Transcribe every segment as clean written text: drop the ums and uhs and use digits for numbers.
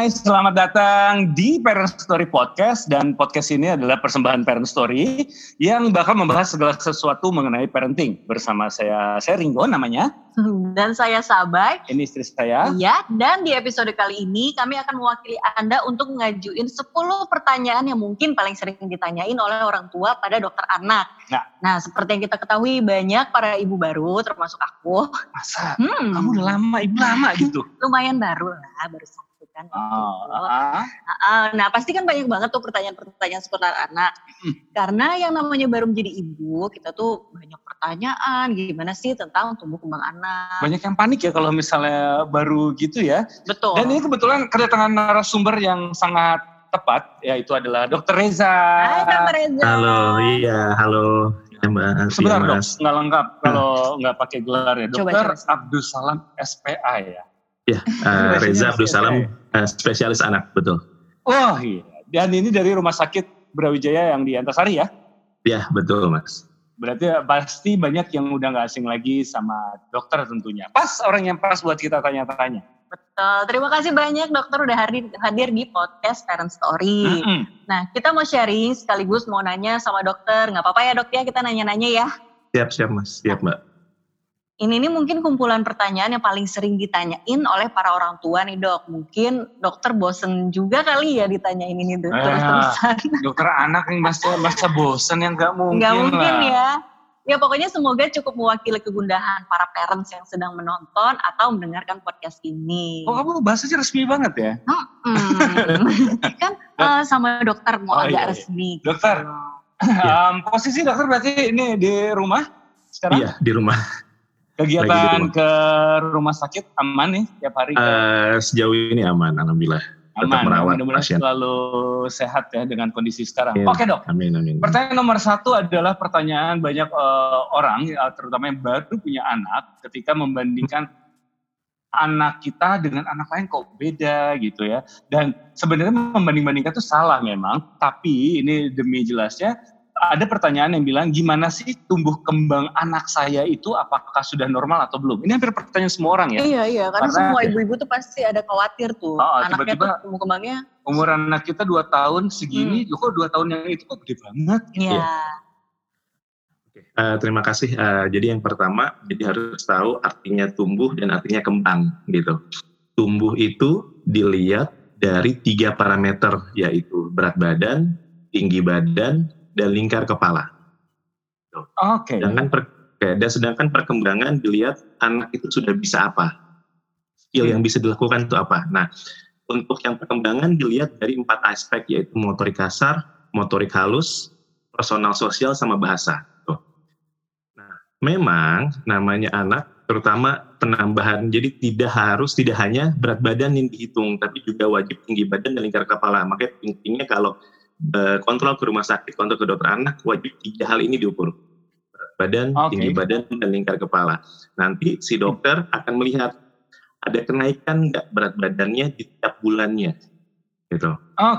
Hai, selamat datang di Parent Story Podcast. Dan podcast ini adalah persembahan Parent Story yang bakal membahas segala sesuatu mengenai parenting. Bersama saya Ringo namanya. Dan saya Sabay. Ini istri saya. Iya, dan di episode kali ini kami akan mewakili Anda untuk ngajuin 10 pertanyaan yang mungkin paling sering ditanyain oleh orang tua pada dokter anak. Nah, seperti yang kita ketahui banyak para ibu baru, termasuk aku. Masa? Kamu udah lama, ibu lama gitu? Lumayan baru lah, baru satu kan. Nah, pasti kan banyak banget tuh pertanyaan-pertanyaan seputar anak. Karena yang namanya baru menjadi ibu, kita tuh banyak pertanyaan, gimana sih tentang tumbuh kembang anak. Banyak yang panik ya kalau misalnya baru gitu ya. Betul. Dan ini kebetulan kedatangan narasumber yang sangat tepat, yaitu adalah Dr. Reza. Hai Dr. Reza. Halo. Ya, Mbak. Sebentar dok, nggak lengkap kalau nggak pakai gelar ya. Dr. Coba. Abdul Salam SPA ya. Ya, Reza Abdul Salam, spesialis anak, betul. Oh iya, dan ini dari Rumah Sakit Brawijaya yang di Antasari ya? Ya, betul Mas. Berarti pasti banyak yang udah gak asing lagi sama dokter tentunya. Pas, orang yang pas buat kita tanya-tanya. Betul, terima kasih banyak dokter udah hadir di podcast Parent Story. Nah, kita mau sharing sekaligus mau nanya sama dokter. Gak apa-apa ya dok ya, kita nanya-nanya ya? Siap Mas, siap Mbak. Ini mungkin kumpulan pertanyaan yang paling sering ditanyain oleh para orang tua nih dok. Mungkin dokter bosen juga kali ya ditanyain ini terus-terusan. Dokter anak yang masa bosen yang gak mungkin lah. Gak mungkin ya. Ya pokoknya semoga cukup mewakili kegundahan para parents yang sedang menonton atau mendengarkan podcast ini. Oh kamu bahasanya resmi banget ya? Kan sama dokter mau agak resmi. Dokter, posisi dokter berarti ini di rumah sekarang? Iya, di rumah. Kegiatan ke rumah sakit aman nih tiap hari? Sejauh ini aman, alhamdulillah. Aman, merawat mudah-mudahan pasien. Selalu sehat ya dengan kondisi sekarang. Ya, Oke dok, amin. Pertanyaan nomor 1 adalah pertanyaan banyak orang, terutama yang baru punya anak, ketika membandingkan anak kita dengan anak lain kok beda gitu ya. Dan sebenarnya membanding-bandingkan itu salah memang, tapi ini demi jelasnya, ada pertanyaan yang bilang gimana sih tumbuh kembang anak saya itu apakah sudah normal atau belum? Ini hampir pertanyaan semua orang ya. Iya, karena semua ibu-ibu tuh pasti ada khawatir tuh. Anaknya tiba-tiba tuh tumbuh kembangnya. Umur anak kita 2 tahun segini, loh kok 2 tahun yang itu kok gede banget. Iya. Terima kasih. Jadi yang pertama, jadi harus tahu artinya tumbuh dan artinya kembang gitu. Tumbuh itu dilihat dari 3 parameter, yaitu berat badan, tinggi badan, dan lingkar kepala. Oke. Sedangkan perkembangan dilihat anak itu sudah bisa apa, skill yang bisa dilakukan itu apa. Nah, untuk yang perkembangan dilihat dari 4 aspek, yaitu motorik kasar, motorik halus, personal sosial, sama bahasa. Nah, memang namanya anak, terutama penambahan, jadi tidak hanya berat badan yang dihitung, tapi juga wajib tinggi badan dan lingkar kepala. Makanya pentingnya kalau kontrol ke rumah sakit, kontrol ke dokter anak, wajib 3 hal ini diukur. Berat badan, tinggi badan, dan lingkar kepala. Nanti si dokter akan melihat ada kenaikan nggak berat badannya di tiap bulannya. Gitu.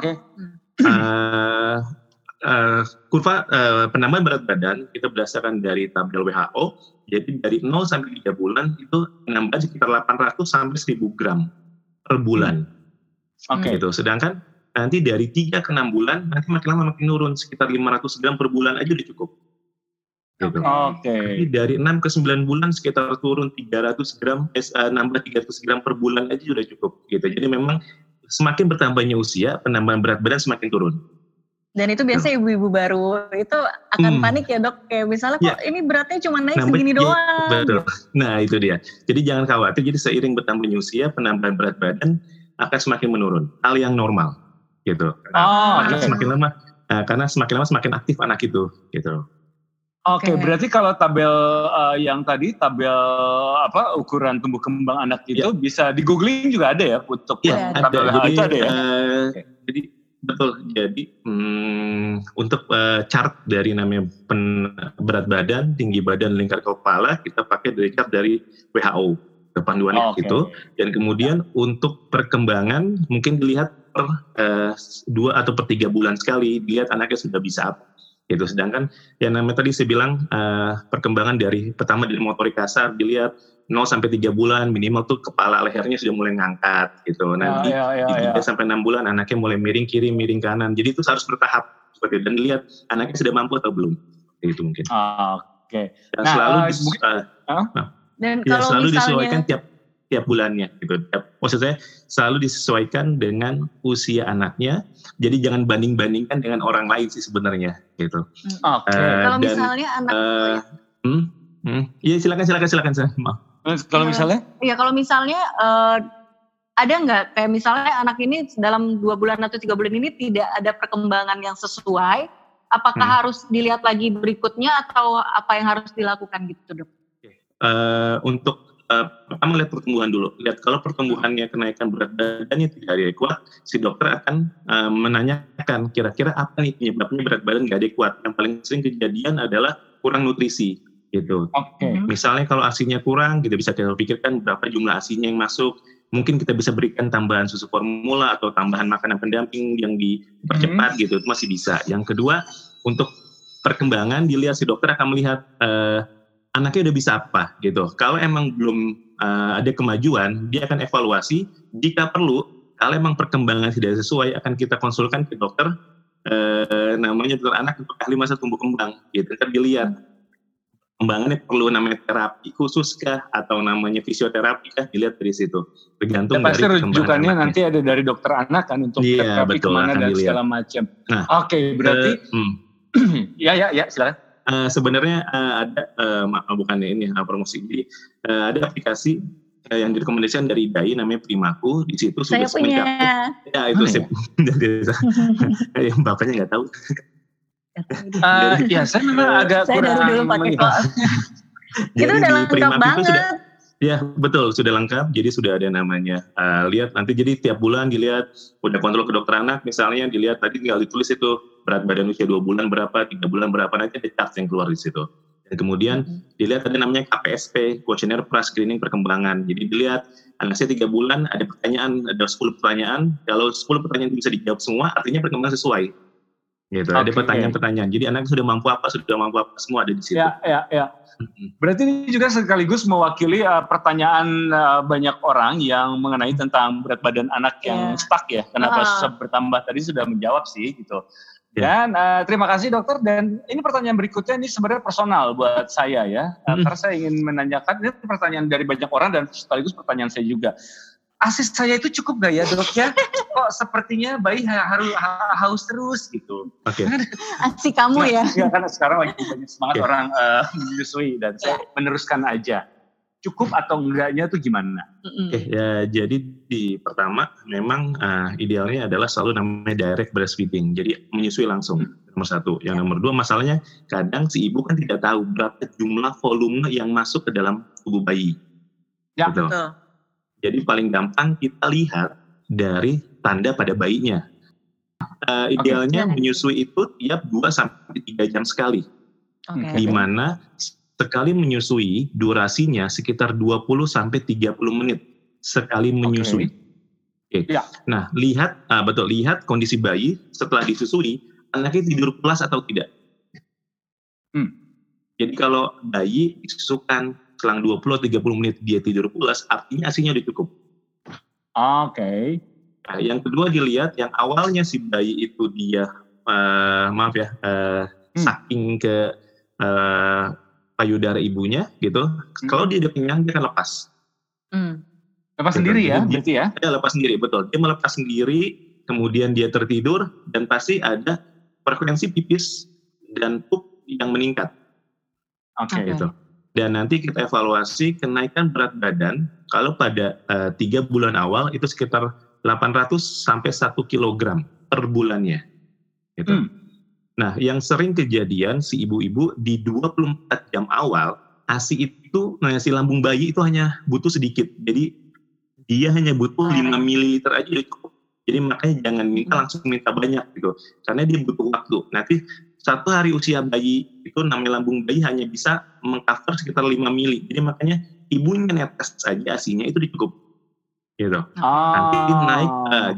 Kurva penambahan berat badan kita berdasarkan dari tabel WHO, jadi dari 0 sampai 3 bulan itu penambahan sekitar 800 sampai 1000 gram per bulan. Gitu. Sedangkan nanti dari 3 ke 6 bulan, nanti makin lama makin turun, sekitar 500 gram per bulan aja udah cukup. Gitu. Jadi dari 6 ke 9 bulan sekitar turun 300 gram, nambah 300 gram per bulan aja udah cukup. Gitu. Jadi memang semakin bertambahnya usia, penambahan berat badan semakin turun. Dan itu biasa ibu-ibu baru itu akan panik ya dok, kayak misalnya kok ini beratnya cuma naik segini doang. Betul. Nah itu dia. Jadi jangan khawatir, jadi seiring bertambahnya usia, penambahan berat badan akan semakin menurun. Hal yang normal. Gitu. Karena semakin lama semakin aktif anak itu gitu. Berarti kalau tabel yang tadi tabel ukuran tumbuh kembang anak itu bisa di googling juga ada ya untuk tabel itu ada ya. Jadi betul. Jadi untuk chart dari namanya berat badan, tinggi badan, lingkar kepala kita pakai dari chart dari WHO. Panduannya itu. Dan kemudian untuk perkembangan mungkin dilihat per 2 atau per 3 bulan sekali, dilihat anaknya sudah bisa apa. Gitu. Sedangkan yang namanya tadi saya bilang perkembangan pertama dari motorik kasar dilihat 0 sampai 3 bulan minimal tuh kepala lehernya sudah mulai ngangkat gitu. Nanti di 3 sampai 6 bulan anaknya mulai miring kiri, miring kanan. Jadi itu harus bertahap seperti itu. Dan lihat anaknya sudah mampu atau belum. Itu mungkin. Oke. Dan selalu disesuaikan tiap bulannya gitu. Maksud saya selalu disesuaikan dengan usia anaknya. Jadi jangan banding-bandingkan dengan orang lain sih sebenarnya gitu. Oke. Kalau misalnya anak Iya silakan. Maaf. Kalau misalnya? Iya kalau misalnya ada nggak kayak misalnya anak ini dalam 2 bulan atau 3 bulan ini tidak ada perkembangan yang sesuai, apakah harus dilihat lagi berikutnya atau apa yang harus dilakukan gitu dok? Untuk pertama lihat pertumbuhan dulu. Lihat kalau pertumbuhannya kenaikan berat badannya tidak adekuat, si dokter akan menanyakan kira-kira apa nih penyebabnya berat badan nggak adekuat. Yang paling sering kejadian adalah kurang nutrisi. Gitu. Misalnya kalau ASI-nya kurang, kita bisa pikirkan berapa jumlah ASI-nya yang masuk. Mungkin kita bisa berikan tambahan susu formula atau tambahan makanan pendamping yang dipercepat gitu, itu masih bisa. Yang kedua, untuk perkembangan dilihat si dokter akan melihat anaknya udah bisa apa gitu. Kalau emang belum ada kemajuan, dia akan evaluasi. Jika perlu, kalau emang perkembangan tidak sesuai, akan kita konsulkan ke dokter namanya dokter anak untuk ahli masa tumbuh kembang. Gitu kan dilihat. Perkembangannya perlu namanya terapi khusus kah atau namanya fisioterapi kah, dilihat dari situ. Tergantung dari perkembangan rujukannya nanti ada dari dokter anak kan untuk terapi kemana dan dilihat. Segala macam. Nah, berarti ya silakan. Sebenarnya ada bukannya ini promosi. Jadi ada aplikasi yang direkomendasikan dari DAI namanya Primaku. Di situ sudah mencapai. Ya itu yang bapaknya nggak tahu. Saya memang agak kurang. Saya dari dulu pakai kok. Itu udah lengkap banget. Ya betul, sudah lengkap. Jadi sudah ada namanya. Lihat nanti jadi tiap bulan dilihat. Udah kontrol ke dokter anak misalnya dilihat tadi tinggal ditulis itu berat badan usia 2 bulan berapa, 3 bulan berapa, nanti ada chart yang keluar di situ. Dan kemudian dilihat ada namanya KPSP, Questionnaire Pra-Screening Perkembangan. Jadi dilihat anaknya 3 bulan ada pertanyaan, ada 10 pertanyaan. Kalau 10 pertanyaan itu bisa dijawab semua, artinya perkembangan sesuai. Gitu. Ada pertanyaan-pertanyaan. Jadi anaknya sudah mampu apa semua ada di situ. Ya. Berarti ini juga sekaligus mewakili pertanyaan banyak orang yang mengenai tentang berat badan anak yang stuck ya. Kenapa susah bertambah, tadi sudah menjawab sih gitu. Dan terima kasih dokter. Dan ini pertanyaan berikutnya ini sebenarnya personal buat saya ya. Karena saya ingin menanyakan, ini pertanyaan dari banyak orang dan sekaligus pertanyaan saya juga. ASI saya itu cukup gak ya dok ya? Kok sepertinya bayi harus haus terus gitu. ASI kamu ya? Ya karena sekarang lagi banyak semangat orang menyusui dan saya meneruskan aja. Cukup atau enggaknya tuh gimana? Ya jadi pertama memang idealnya adalah selalu namanya direct breastfeeding. Jadi menyusui langsung. Nomor 1. Yang nomor 2 masalahnya kadang si ibu kan tidak tahu berapa jumlah volume yang masuk ke dalam tubuh bayi. Ya betul. Jadi paling gampang kita lihat dari tanda pada bayinya. Idealnya menyusui itu tiap 2-3 jam sekali. Di mana sekali menyusui durasinya sekitar 20-30 menit sekali menyusui. Nah, lihat kondisi bayi setelah disusui, anaknya tidur pulas atau tidak. Jadi kalau bayi disusukan selang 20-30 menit dia tidur pulas, artinya ASI-nya udah cukup. Nah, yang kedua dilihat, yang awalnya si bayi itu dia, saking ke payudara ibunya gitu, kalau dia udah kenyang dia akan lepas. Lepas sendiri ya, berarti ya? Ya, lepas sendiri, betul. Dia melepas sendiri, kemudian dia tertidur, dan pasti ada frekuensi pipis dan pup yang meningkat. Gitu. Dan nanti kita evaluasi kenaikan berat badan kalau pada 3 bulan awal itu sekitar 800 sampai 1 kilogram per bulannya. Gitu. Nah, yang sering kejadian si ibu-ibu di 24 jam awal ASI itu, si lambung bayi itu hanya butuh sedikit. Jadi dia hanya butuh 5 ml aja cukup. Jadi makanya jangan langsung minta banyak gitu. Karena dia butuh waktu. Nanti 1 hari usia bayi itu namanya lambung bayi hanya bisa mengcover sekitar 5 mili. Jadi makanya ibunya netes saja ASI-nya itu cukup. Gitu. Nanti naik. Jadi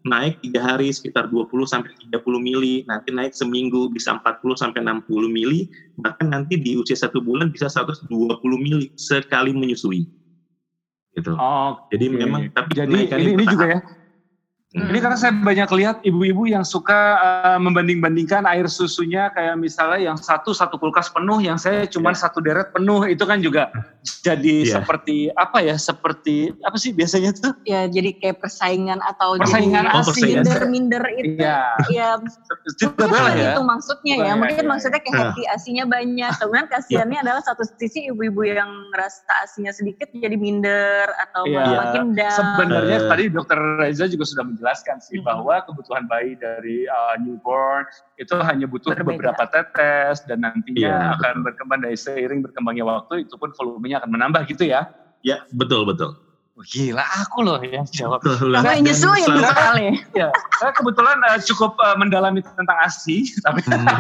naik 3 hari sekitar 20 sampai 30 mili, nanti naik seminggu bisa 40 sampai 60 mili, bahkan nanti di usia 1 bulan bisa 120 mili sekali menyusui. Gitu. Jadi memang tapi ini juga ya. Ini karena saya banyak lihat ibu-ibu yang suka membanding-bandingkan air susunya, kayak misalnya yang satu kulkas penuh, yang saya cuma satu deret penuh, itu kan juga jadi seperti apa sih biasanya tuh? Ya jadi kayak persaingan atau persaingan jadi minder itu. Ya boleh ya. Itu maksudnya ya. Mungkin maksudnya kayak happy asinya banyak. Kemudian kasihannya adalah satu sisi ibu-ibu yang ngerasa asinya sedikit jadi minder atau makin down. Sebenarnya tadi Dokter Reza juga sudah menjelaskan sih bahwa kebutuhan bayi dari newborn itu hanya butuh beberapa tetes dan nantinya akan berkembang dari seiring berkembangnya waktu, itu pun volumenya akan menambah gitu ya? Ya, betul. Gila, aku loh yang jawab. Kamu yang nyusuin soalnya. Ya, saya kebetulan cukup mendalami tentang ASI, tapi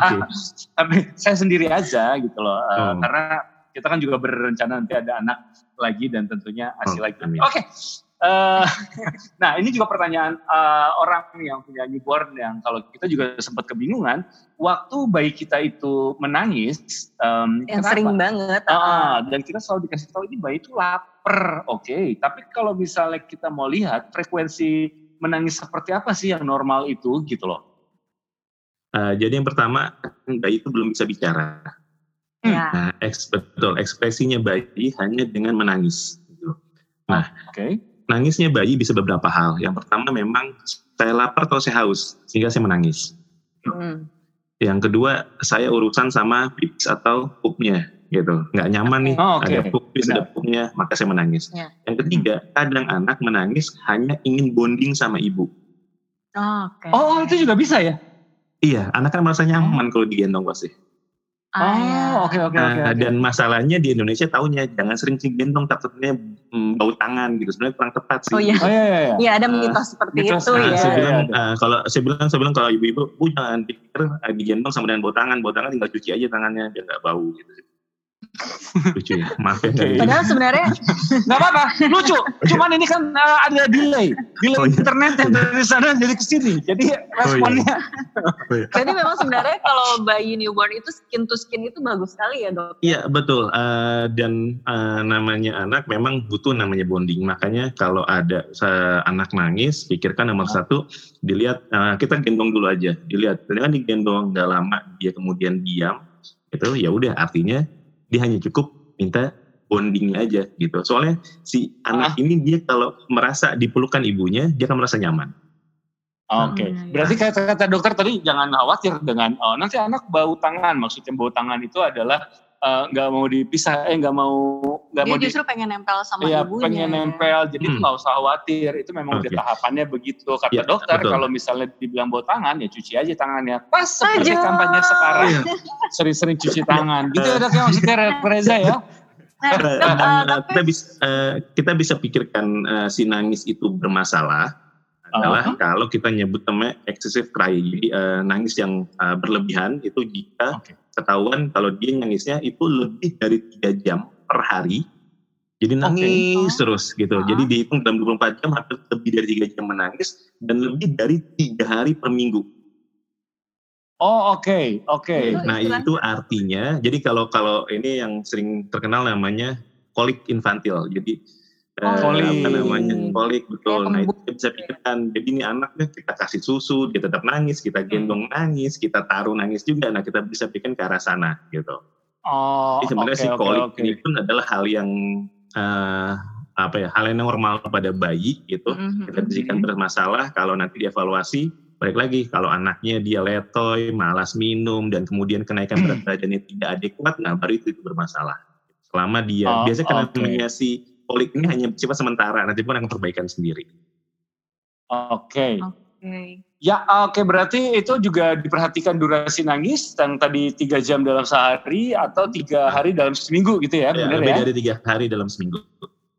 saya sendiri aja gitu loh. Karena kita kan juga berencana nanti ada anak lagi dan tentunya ASI lagi. Oke. Nah, ini juga pertanyaan orang yang punya newborn, yang kalau kita juga sempat kebingungan waktu bayi kita itu menangis, yang sering banget dan kita selalu dikasih tahu ini bayi itu lapar, tapi kalau misalnya kita mau lihat frekuensi menangis seperti apa sih yang normal itu gitu loh. Jadi yang pertama, bayi itu belum bisa bicara. Nah, ekspresinya bayi hanya dengan menangis gitu. Nah, nangisnya bayi bisa beberapa hal. Yang pertama memang saya lapar atau saya haus sehingga saya menangis. Yang kedua, saya urusan sama pipis atau pupnya gitu. Nggak nyaman nih, ada pupis, ada pupnya, maka saya menangis. Yang ketiga, kadang anak menangis hanya ingin bonding sama ibu. Itu juga bisa ya? Iya, anak kan merasa nyaman kalau digendong pasti. Oke. Dan masalahnya di Indonesia taunya jangan sering gendong, takutnya bau tangan gitu. Sebenarnya kurang tepat sih. Iya, ada mitos seperti itu ya. Saya bilang kalau ibu-ibu jangan pikir digendong sama dengan bau tangan tinggal cuci aja tangannya biar nggak bau gitu. Lucu ya, maaf ya. Padahal sebenarnya nggak apa-apa, lucu. Cuman ini kan ada delay internet yang dari sana jadi kesini, jadi responnya. Jadi memang sebenarnya kalau bayi newborn itu skin to skin itu bagus sekali ya dok? Iya betul, dan namanya anak memang butuh namanya bonding. Makanya kalau ada anak nangis, pikirkan nomor satu, dilihat, kita gendong dulu aja, dilihat. Kan digendong nggak lama, dia kemudian diam, itu ya udah artinya dia hanya cukup minta bondingnya aja gitu. Soalnya si anak ini dia kalau merasa dipelukan ibunya, dia akan merasa nyaman. Berarti kata dokter tadi jangan khawatir dengan nanti anak bau tangan. Maksudnya bau tangan itu adalah nggak mau dipisah, dia justru pengen nempel sama ibunya. Pengen nempel, jadi nggak usah khawatir. Itu memang udah tahapannya begitu. Kata dokter, kalau misalnya dibilang bau tangan, ya cuci aja tangannya. Pas seperti kampanye sekarang, sering-sering cuci tangan. Gitu ya dok, yang maksudnya Reza ya. Kita bisa pikirkan si nangis itu bermasalah adalah kalau kita nyebut namanya excessive cry. Jadi nangis yang berlebihan itu jika ketahuan kalau dia nangisnya itu lebih dari 3 jam per hari. Jadi nangis terus gitu. Jadi dihitung dalam 24 jam hampir lebih dari 3 jam menangis dan lebih dari 3 hari per minggu. Oke. Nah itu artinya, jadi kalau ini yang sering terkenal namanya kolik infantil. Jadi kolik betul. Nah itu bisa pikirkan. Jadi ini anaknya kita kasih susu, dia tetap nangis, kita gendong nangis, kita taruh nangis juga. Nah kita bisa pikirkan ke arah sana gitu. Jadi sebenarnya si kolik ini pun adalah hal yang hal yang normal pada bayi gitu. Kita bisikan bermasalah kalau nanti dievaluasi. Balik lagi, kalau anaknya dia letoy, malas minum, dan kemudian kenaikan berat badannya tidak adekuat, nah baru itu bermasalah. Selama dia, biasanya karena si kolik ini hanya bersifat sementara, nanti pun akan perbaikan sendiri. Berarti itu juga diperhatikan durasi nangis, yang tadi 3 jam dalam sehari, atau 3 hari dalam seminggu gitu ya, benar ya? Lebih dari 3 hari dalam seminggu.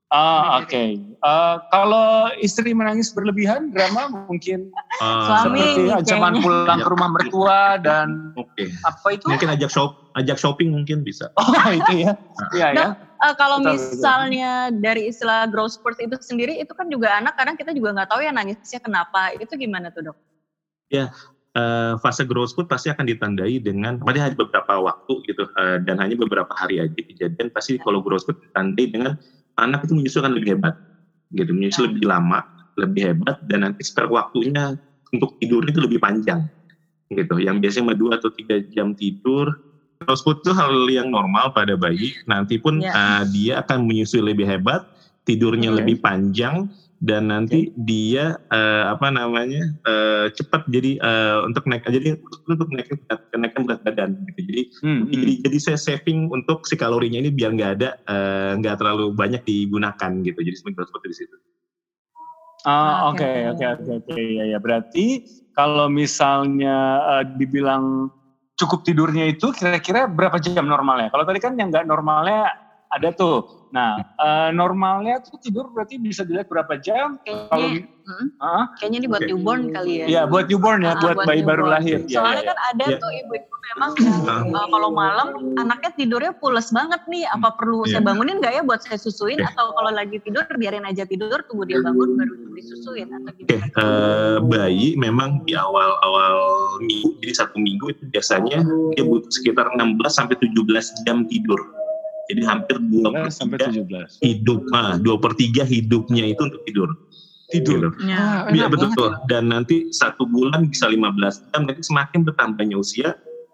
Oke. Kalau istri menangis berlebihan, drama mungkin suami seperti ancaman pulang ke rumah mertua dan apa itu? Mungkin ajak shopping mungkin bisa. Oh itu ya. Iya ya. Kalau misalnya dari istilah growth spurt itu sendiri, itu kan juga anak kadang kita juga nggak tahu ya nangisnya kenapa. Itu gimana tuh dok? Ya, fase growth spurt pasti akan ditandai dengan, hanya beberapa waktu gitu, dan hanya beberapa hari aja kejadian. Pasti kalau growth spurt ditandai dengan anak itu menyusu kan lebih hebat, gitu, menyusu lebih lama, lebih hebat, dan nanti spare waktunya untuk tidur itu lebih panjang, gitu. Yang biasanya 2 atau 3 jam tidur, growth spurt itu hal yang normal pada bayi. Nanti pun dia akan menyusui lebih hebat, tidurnya lebih panjang, dan nanti dia cepat jadi untuk kenaikan berat badan gitu. Jadi saya saving untuk si kalorinya ini biar nggak terlalu banyak digunakan gitu. Jadi seperti di situ. Oke. Ya berarti kalau misalnya dibilang cukup tidurnya itu kira-kira berapa jam normalnya? Kalau tadi kan yang nggak normalnya ada tuh. Nah, normalnya tuh tidur berarti bisa dilihat berapa jam? Kayaknya ini buat newborn kali ya. Iya, buat newborn ya, buat bayi baru lahir. Soalnya kan ada tuh ibu-ibu memang kalau malam anaknya tidurnya pules banget nih. Apa perlu saya bangunin nggak ya buat saya susuin? Atau kalau lagi tidur biarin aja tidur, tunggu dia bangun baru disusuin atau gimana? Bayi memang di awal minggu, jadi 1 minggu itu biasanya dia butuh sekitar 16-17 jam tidur. Jadi hampir 2/3 hidup, 2/3 hidupnya itu untuk tidur. Gitu. Ya, betul. Dan nanti 1 bulan bisa 15 jam. Nanti semakin bertambahnya usia,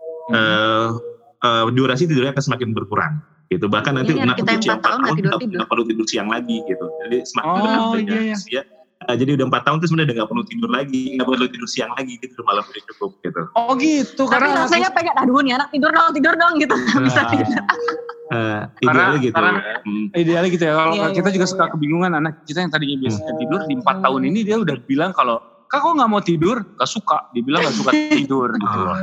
durasi tidurnya akan semakin berkurang. Gitu. Bahkan nanti anak usia 4 tahun nggak perlu tidur siang lagi. Gitu. Jadi semakin bertambahnya usia. Jadi udah 4 tahun terus sebenarnya nggak perlu tidur lagi, nggak perlu tidur siang lagi, tidur malam udah cukup gitu. Oh gitu. Tapi rasanya pengen, aduh nih anak tidur dong gitu, bisa tidur. Idealnya gitu. Idealnya gitu ya. Kalau kita juga suka kebingungan anak kita yang tadinya biasanya tidur di 4 tahun ini dia udah bilang kalau Kak kok nggak mau tidur? Gak suka. Dia bilang gak suka tidur gitu loh.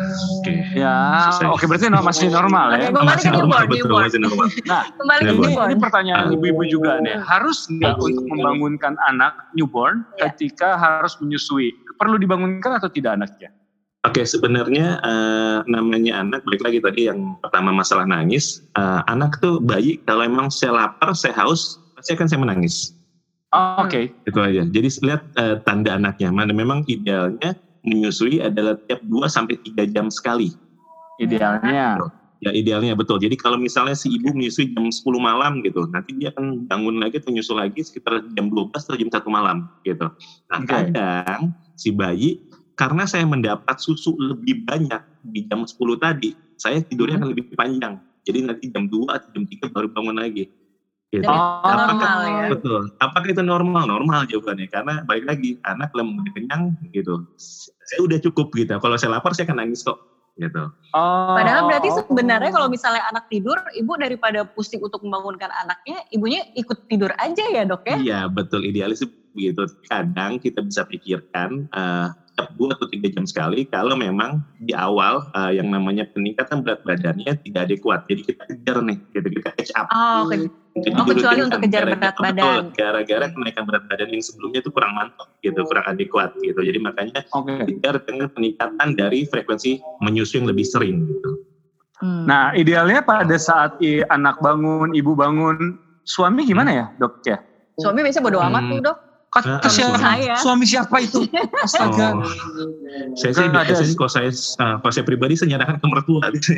Ya, oke berarti masih normal ya. Masih normal, betul. Masih normal. Nah, ini pertanyaan ibu-ibu juga nih. Harus nggak untuk membangunkan anak newborn ketika harus menyusui? Perlu dibangunkan atau tidak anaknya? Oke, sebenarnya namanya anak, balik lagi tadi yang pertama masalah nangis. Anak tuh bayi, kalau emang saya lapar, saya haus, pasti akan saya menangis. Oke. Itu aja. Jadi lihat tanda anaknya. Mana memang idealnya menyusui adalah tiap 2-3 jam sekali. Idealnya. Ya idealnya betul. Jadi kalau misalnya si ibu menyusui jam 10 malam gitu, nanti dia akan bangun lagi atau nyusu lagi sekitar jam 12 atau jam 1 malam gitu. Nah kadang si bayi, karena saya mendapat susu lebih banyak di jam 10 tadi, saya tidurnya akan lebih panjang. Jadi nanti jam 2 atau jam 3 baru bangun lagi. Gitu. Normal ya. Betul. Apakah itu normal? Normal jawabannya. Karena balik lagi, anak belum kenyang gitu. Saya udah cukup gitu. Kalau saya lapar saya akan nangis kok. Gitu. Padahal berarti sebenarnya kalau misalnya anak tidur, ibu daripada pusing untuk membangunkan anaknya, ibunya ikut tidur aja ya dok ya? Iya betul, idealis begitu. Kadang kita bisa pikirkan tiap 2 atau 3 jam sekali kalau memang di awal yang namanya peningkatan berat badannya tidak adekuat. Jadi kita kejar nih, gitu, kita catch up. Kecuali untuk kejar berat badan. Gara-gara kenaikan berat badan yang sebelumnya itu kurang mantap gitu, kurang adekuat gitu. Jadi makanya kejar dengan peningkatan dari frekuensi menyusui yang lebih sering gitu. Nah, idealnya pada saat anak bangun, ibu bangun, suami gimana ya, Dok ya? Suami biasanya bodo amat tuh, Dok. Kata suami siapa itu? Astaga. Saya biasanya kalau saya pribadi saya nyerahkan ke mertua gitu.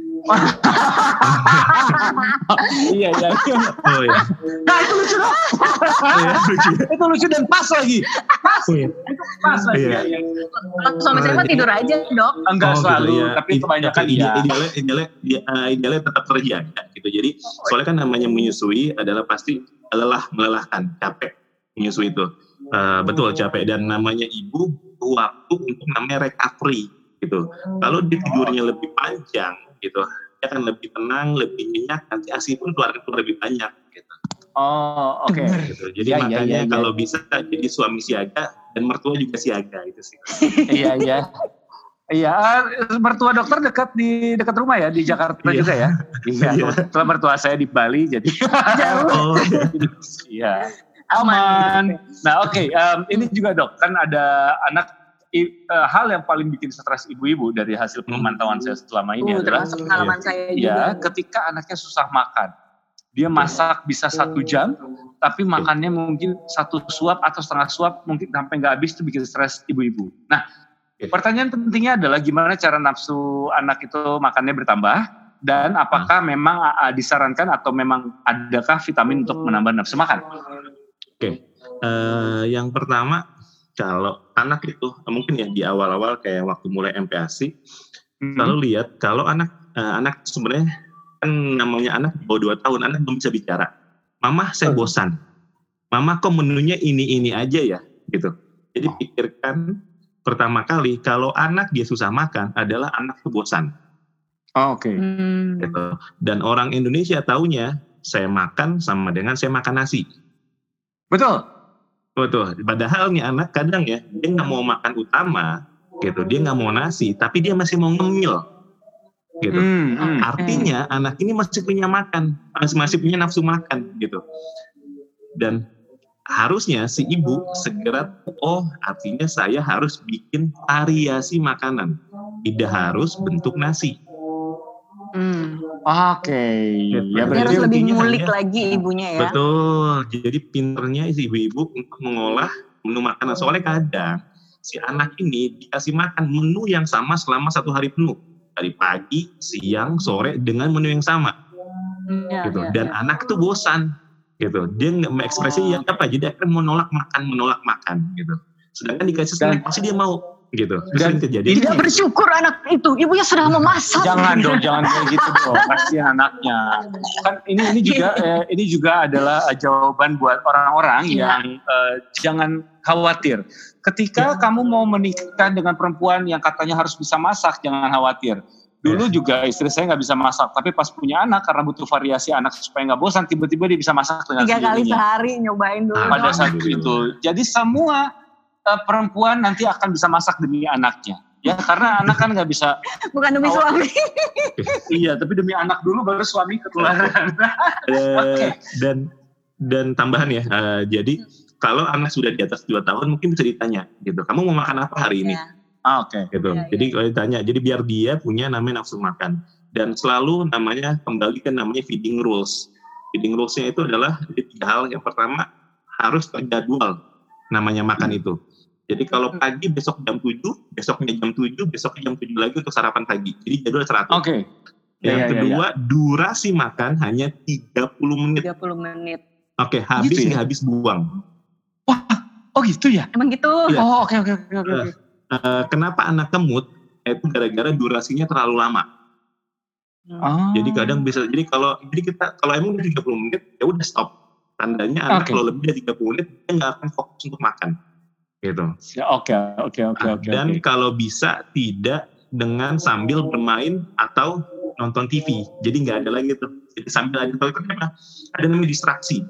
Iya. Oh iya. Nah itu lucu dong. Itu lucu dan pas lagi. Pas lagi. Suami saya mah tidur aja dok. Enggak selalu, tapi kebanyakan idealnya tetap terjaga gitu. Jadi soalnya kan namanya menyusui adalah pasti melelahkan, capek. Menyusui itu betul capek, dan namanya ibu waktu untuk namanya recovery gitu. Kalau dia tidurnya lebih panjang gitu, dia akan lebih tenang, lebih nyenyak, nanti ASI pun keluar lebih banyak gitu. Oh oke. Gitu. Jadi makanya kalau bisa jadi suami siaga dan mertua juga siaga itu sih. Iya. Iya, mertua dokter dekat rumah ya di Jakarta juga ya. Iya, kebetulan mertua saya di Bali jadi Jauh. Iya, aman. Nah oke, ini juga dok, kan ada anak hal yang paling bikin stres ibu-ibu dari hasil pemantauan saya selama ini adalah pengalaman saya juga. Ya, ketika anaknya susah makan, dia masak bisa 1 jam, tapi makannya mungkin 1 suap atau setengah suap, mungkin sampai nggak habis, itu bikin stres ibu-ibu. Nah, pertanyaan pentingnya adalah gimana cara nafsu anak itu makannya bertambah, dan apakah memang disarankan atau memang adakah vitamin untuk menambah nafsu makan? Oke, yang pertama, kalau anak itu mungkin ya di awal-awal kayak waktu mulai MPASI, selalu lihat kalau anak sebenarnya kan namanya anak di bawah 2 tahun, anak belum bisa bicara. Mama saya bosan, mama kok menunya ini aja ya, gitu. Jadi pikirkan pertama kali kalau anak dia susah makan adalah anak itu bosan. Oke. Gitu. Dan orang Indonesia taunya saya makan sama dengan saya makan nasi. Betul. Padahal nih anak kadang ya dia nggak mau makan utama, gitu. Dia nggak mau nasi, tapi dia masih mau ngemil, gitu. Artinya anak ini masih punya makan, masih punya nafsu makan, gitu. Dan harusnya si ibu segera, artinya saya harus bikin variasi makanan, tidak harus bentuk nasi. Oke. Ya, berarti harus lebih ngulik lagi ibunya ya. Betul. Jadi pinternya si ibu-ibu untuk mengolah menu makanan. Soalnya kadang si anak ini dikasih makan menu yang sama selama 1 hari penuh, dari pagi, siang, sore dengan menu yang sama. Gitu. Dan anak tuh bosan. Gitu. Dia nggak mengekspresi apa. Jadi akan menolak makan. Gitu. Sedangkan dikasih snack pasti dia mau. Gitu. Dan tidak bersyukur anak itu, ibunya sudah memasak. Jangan kayak gitu dong, kasihan anaknya. Kan ini juga adalah jawaban buat orang-orang yang jangan khawatir. Ketika kamu mau menikah dengan perempuan yang katanya harus bisa masak, jangan khawatir. Dulu juga istri saya nggak bisa masak, tapi pas punya anak karena butuh variasi anak supaya nggak bosan, tiba-tiba dia bisa masak dengan 3 kali sehari nyobain dulu. Pada saat itu, jadi semua perempuan nanti akan bisa masak demi anaknya, ya karena anak kan nggak bisa. Bukan demi suami. Iya, tapi demi anak dulu baru suami ketularan. Dan tambahan ya, jadi kalau anak sudah di atas 2 tahun mungkin bisa ditanya, gitu, kamu mau makan apa hari ini? Gitu. Jadi kalau ditanya, jadi biar dia punya namanya nafsu makan. Dan selalu kembali ke namanya feeding rules. Feeding rulesnya itu adalah 3 hal. Yang pertama harus terjadwal namanya makan itu. Jadi kalau pagi besok jam 7, besoknya jam 7, besoknya jam 7 lagi untuk sarapan pagi. Jadi jadwal 100. Yang kedua, durasi makan hanya 30 menit. 30 menit. Habis nggak habis buang. Wah, gitu ya? Emang gitu? Ya. Oke. Kenapa anak kemut? Itu gara-gara durasinya terlalu lama. Jadi kadang bisa, kalau emang udah 30 menit, ya udah stop. Tandanya anak kalau lebih dari 30 menit, dia nggak akan fokus untuk makan. Gitu. Oke. Dan kalau bisa tidak dengan sambil bermain atau nonton TV. Jadi nggak ada lagi tuh. Jadi sambil ada namanya distraksi.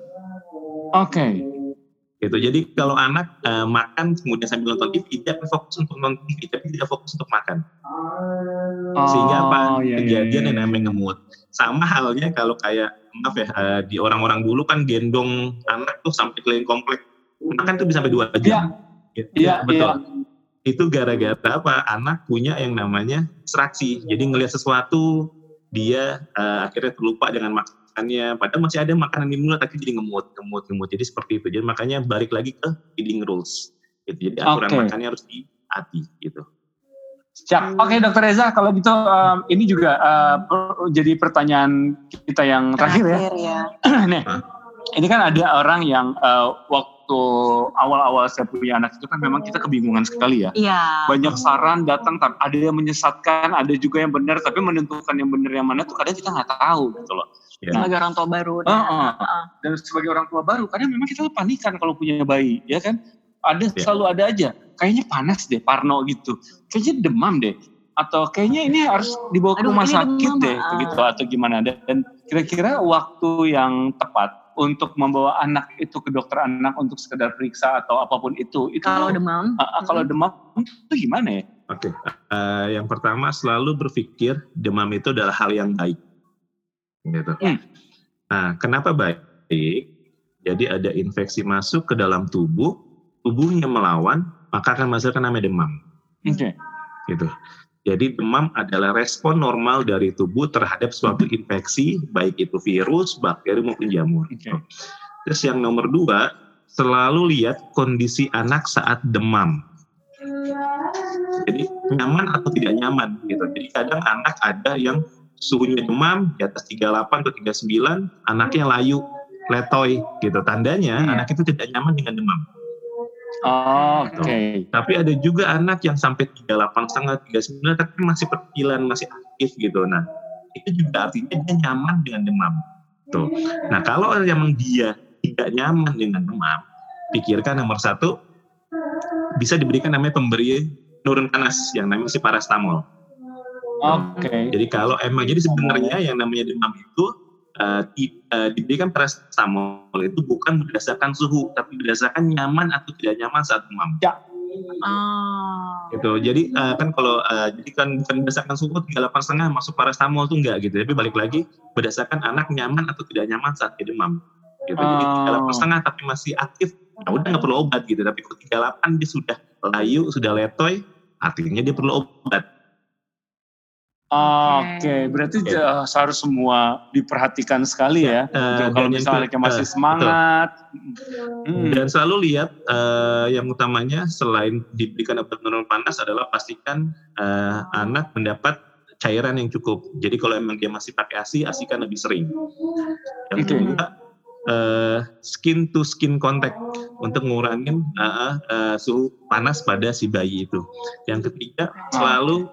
Gitu. Jadi kalau anak makan kemudian sambil nonton TV, dia akan fokus untuk nonton TV, tapi tidak fokus untuk makan. Sehingga kejadian yang namanya ngemut. Sama halnya kalau kayak di orang-orang dulu kan gendong anak tuh sampai keliling komplek. Makan tuh bisa sampai 2 jam. Iya, betul. Itu gara-gara apa? Anak punya yang namanya distraksi. Jadi ngelihat sesuatu, dia akhirnya terlupa dengan makannya. Padahal masih ada makanan di mulut, tapi jadi ngemut. Jadi seperti itu. Jadi makanya balik lagi ke feeding rules. Gitu. Jadi aturan makannya harus dihati. Gitu. Siap. Oke, Dokter Reza, kalau gitu ini juga jadi pertanyaan kita yang terakhir ya. Nih, ini kan ada orang yang waktu awal-awal saya punya anak itu kan memang kita kebingungan sekali ya. Iya. Banyak saran datang, ada yang menyesatkan, ada juga yang benar, tapi menentukan yang benar yang mana tuh kadang kita nggak tahu gitu loh. Sebagai orang tua baru. Dan sebagai orang tua baru, kadang memang kita panikan kalau punya bayi, ya kan? Selalu ada aja. Kayaknya panas deh, parno gitu. Kayaknya demam deh. Atau kayaknya ini harus dibawa ke rumah sakit deh, gitu atau gimana. Dan kira-kira waktu yang tepat untuk membawa anak itu ke dokter anak untuk sekedar periksa atau apapun itu kalau demam itu gimana ya? Oke. Yang pertama selalu berpikir demam itu adalah hal yang baik. Gitu. Nah, kenapa baik? Jadi ada infeksi masuk ke dalam tubuh, tubuhnya melawan, maka akan menghasilkan namanya demam. Gitu. Jadi demam adalah respon normal dari tubuh terhadap suatu infeksi, baik itu virus, bakteri maupun jamur. Terus yang nomor 2, selalu lihat kondisi anak saat demam. Jadi nyaman atau tidak nyaman gitu. Jadi kadang anak ada yang suhunya demam di atas 38 atau 39, anaknya layu, letoy gitu. Tandanya anak itu tidak nyaman dengan demam. Oke. Tapi ada juga anak yang sampai 38,5, 39 tapi masih perkilan, masih aktif gitu. Nah, itu juga artinya dia nyaman dengan demam. Tuh. Nah, kalau memang dia tidak nyaman dengan demam, pikirkan nomor 1 bisa diberikan namanya pemberi penurun panas yang namanya si parastamol. Jadi kalau emang jadi sebenarnya yang namanya demam itu diberikan parastamol itu bukan berdasarkan suhu, tapi berdasarkan nyaman atau tidak nyaman saat demam. Gitu. Jadi kan kalau jadi kan bukan berdasarkan suhu 38,5 masuk parastamol tuh enggak gitu. Tapi balik lagi berdasarkan anak nyaman atau tidak nyaman saat dia demam. Gitu. Jadi 38,5 tapi masih aktif, nah udah nggak perlu obat gitu. Tapi kalau 38 dia sudah layu, sudah letoy, artinya dia perlu obat. Oke, berarti harus semua diperhatikan sekali ya. Kalau misalnya masih semangat. Dan selalu lihat yang utamanya selain diberikan obat penurun panas adalah pastikan anak mendapat cairan yang cukup. Jadi kalau emang dia masih pakai ASI kan lebih sering. Yang kedua, skin to skin contact untuk ngurangin suhu panas pada si bayi itu. Yang ketiga, selalu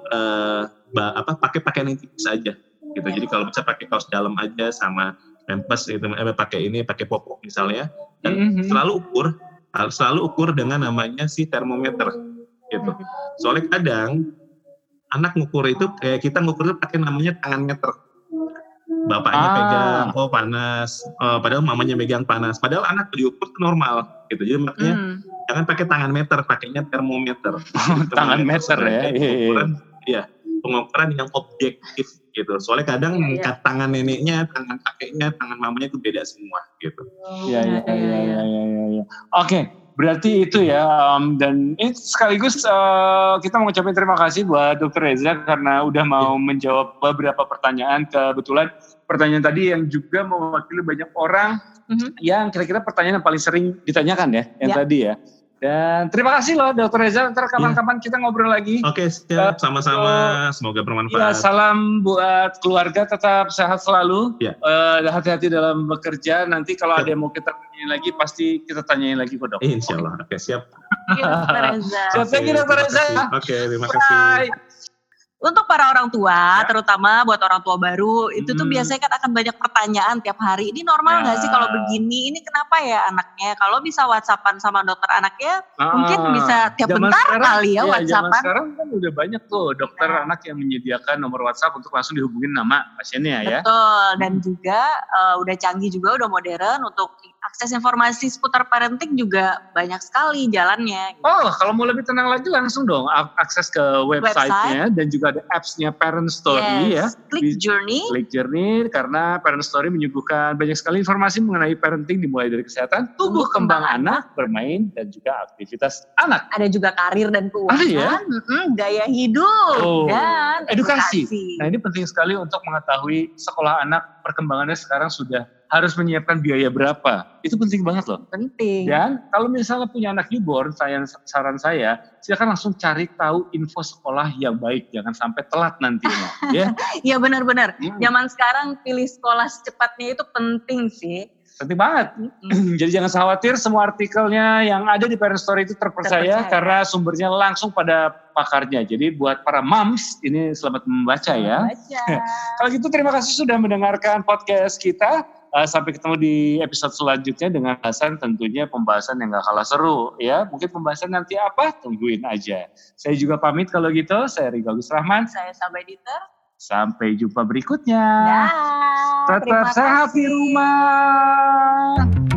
pakai pakaian yang tipis aja gitu. Jadi kalau bisa pakai kaos dalam aja sama pampers itu, pakai popok misalnya. Dan selalu ukur dengan namanya si termometer gitu. Soalnya kadang anak ngukur itu kayak kita ngukur itu pakai namanya tangan meter. Bapaknya pegang, panas, padahal mamanya megang panas, padahal anak diukur normal gitu. Jadi makanya jangan pakai tangan meter, pakainya termometer. Tangan meter ya. Pengukuran yang objektif gitu. Soalnya kadang tangan neneknya, tangan kakeknya, tangan mamanya itu beda semua gitu. Iya. Oke, berarti itu ya. Dan ini sekaligus kita mengucapkan terima kasih buat Dr. Reza karena udah mau menjawab beberapa pertanyaan. Kebetulan pertanyaan tadi yang juga mewakili banyak orang yang kira-kira pertanyaan yang paling sering ditanyakan ya, yang tadi ya. Dan terima kasih loh Dr. Reza, ntar kapan-kapan kita ngobrol lagi. Oke, siap, sama-sama, semoga bermanfaat. Salam buat keluarga, tetap sehat selalu, hati-hati dalam bekerja, nanti kalau ada yang mau kita tanyain lagi, pasti kita tanyain lagi kok dok. Insya Allah, oke siap. Dr. Reza. Thank you Dr. Reza. Oke, terima kasih. Untuk para orang tua, terutama buat orang tua baru, itu tuh biasanya kan akan banyak pertanyaan tiap hari. Ini normal nggak sih kalau begini? Ini kenapa ya anaknya? Kalau bisa WhatsAppan sama dokter anaknya, mungkin bisa tiap bentar kali ya WhatsAppan. Zaman sekarang kan udah banyak tuh dokter anak yang menyediakan nomor WhatsApp untuk langsung dihubungin nama pasiennya ya. Betul, dan juga udah canggih juga, udah modern untuk akses informasi seputar parenting juga banyak sekali jalannya. Gitu. Oh, kalau mau lebih tenang lagi langsung dong akses ke website-nya dan juga ada apps-nya Parent Story ya. Click Journey karena Parent Story menyuguhkan banyak sekali informasi mengenai parenting dimulai dari kesehatan tubuh kembang anak, bermain dan juga aktivitas anak. Ada juga karir dan keuangan, gaya hidup dan edukasi. Nah, ini penting sekali untuk mengetahui sekolah anak perkembangannya sekarang sudah harus menyiapkan biaya berapa. Itu penting banget loh. Penting. Dan kalau misalnya punya anak newborn, saran saya, silakan langsung cari tahu info sekolah yang baik. Jangan sampai telat nantinya. Iya benar-benar. Zaman sekarang pilih sekolah secepatnya itu penting sih. Penting banget. Jadi jangan khawatir, semua artikelnya yang ada di Parent Story itu terpercaya karena sumbernya langsung pada pakarnya. Jadi buat para moms, ini selamat membaca ya. Kalau gitu terima kasih sudah mendengarkan podcast kita. Sampai ketemu di episode selanjutnya dengan bahasan tentunya pembahasan yang gak kalah seru ya. Mungkin pembahasan nanti apa? Tungguin aja. Saya juga pamit kalau gitu. Saya Riga Agus Rahman. Saya Sabay Diter. Sampai jumpa berikutnya. Tetap sehat di rumah.